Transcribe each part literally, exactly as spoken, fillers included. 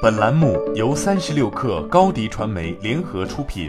本栏目由三十六氪高低传媒联合出品。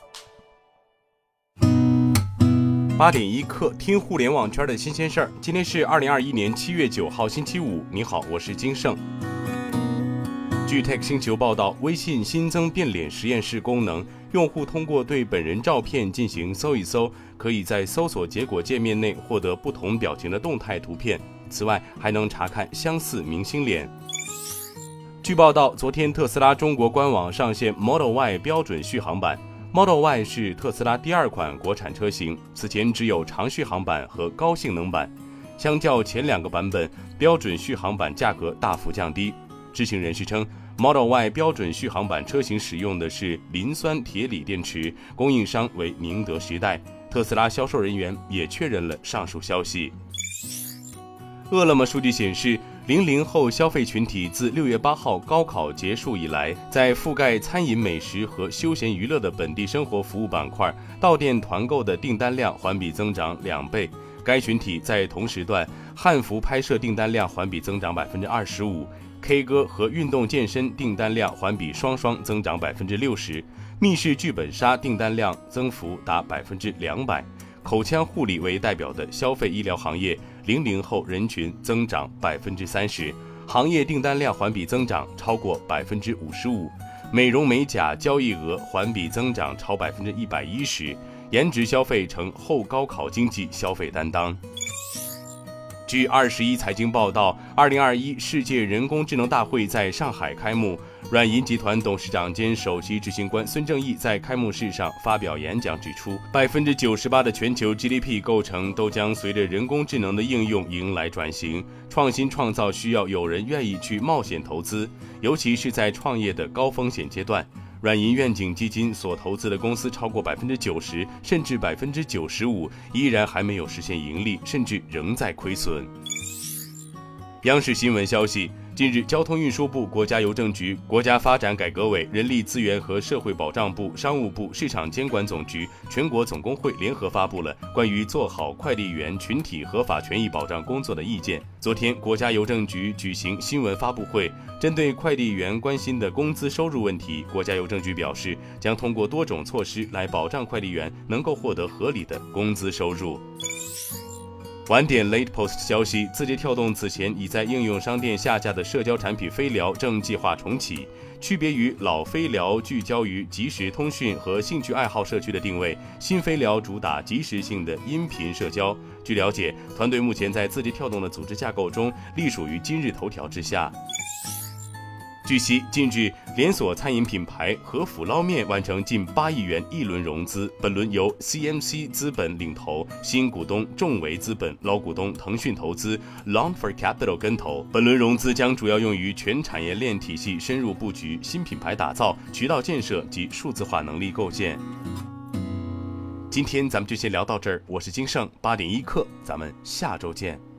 八点一刻，听互联网圈的新鲜事儿。今天是二零二一年七月九号，星期五。你好，我是金盛。据 Tech 星球报道，微信新增变脸实验室功能，用户通过对本人照片进行搜一搜，可以在搜索结果界面内获得不同表情的动态图片。此外，还能查看相似明星脸。据报道，昨天特斯拉中国官网上线 Model Y 标准续航版。Model Y 是特斯拉第二款国产车型，此前只有长续航版和高性能版。相较前两个版本，标准续航版价格大幅降低。知情人士称， Model Y 标准续航版车型使用的是磷酸铁锂电池，供应商为宁德时代。特斯拉销售人员也确认了上述消息。饿了么数据显示，零零后消费群体自六月八号高考结束以来，在覆盖餐饮美食和休闲娱乐的本地生活服务板块，到店团购的订单量环比增长两倍。该群体在同时段汉服拍摄订单量环比增长百分之二十五 ，K 歌和运动健身订单量环比双双增长百分之六十，密室剧本杀订单量增幅达百分之两百。口腔护理为代表的消费医疗行业，零零后人群增长百分之三十，行业订单量环比增长超过百分之五十五，美容美甲交易额环比增长超百分之一百一十，颜值消费成后高考经济消费担当。据二十一财经报道，二零二一世界人工智能大会在上海开幕。软银集团董事长兼首席执行官孙正义在开幕式上发表演讲，指出，百分之九十八的全球 G D P 构成都将随着人工智能的应用迎来转型。创新创造需要有人愿意去冒险投资，尤其是在创业的高风险阶段。软银愿景基金所投资的公司超过百分之九十，甚至百分之九十五，依然还没有实现盈利，甚至仍在亏损。央视新闻消息，近日，交通运输部、国家邮政局、国家发展改革委、人力资源和社会保障部、商务部、市场监管总局、全国总工会联合发布了关于做好快递员群体合法权益保障工作的意见。昨天，国家邮政局举行新闻发布会，针对快递员关心的工资收入问题，国家邮政局表示，将通过多种措施来保障快递员能够获得合理的工资收入。晚点 Late Post 消息，字节跳动此前已在应用商店下架的社交产品飞聊正计划重启。区别于老飞聊聚焦于即时通讯和兴趣爱好社区的定位，新飞聊主打即时性的音频社交。据了解，团队目前在字节跳动的组织架构中隶属于今日头条之下。据悉，近日连锁餐饮品牌和府捞面完成近八亿元一轮融资，本轮由 C M C 资本领投，新股东众维资本、老股东腾讯投资、Longfor Capital 跟投。本轮融资将主要用于全产业链体系深入布局、新品牌打造、渠道建设及数字化能力构建。今天咱们就先聊到这儿，我是金盛，八点一刻，咱们下周见。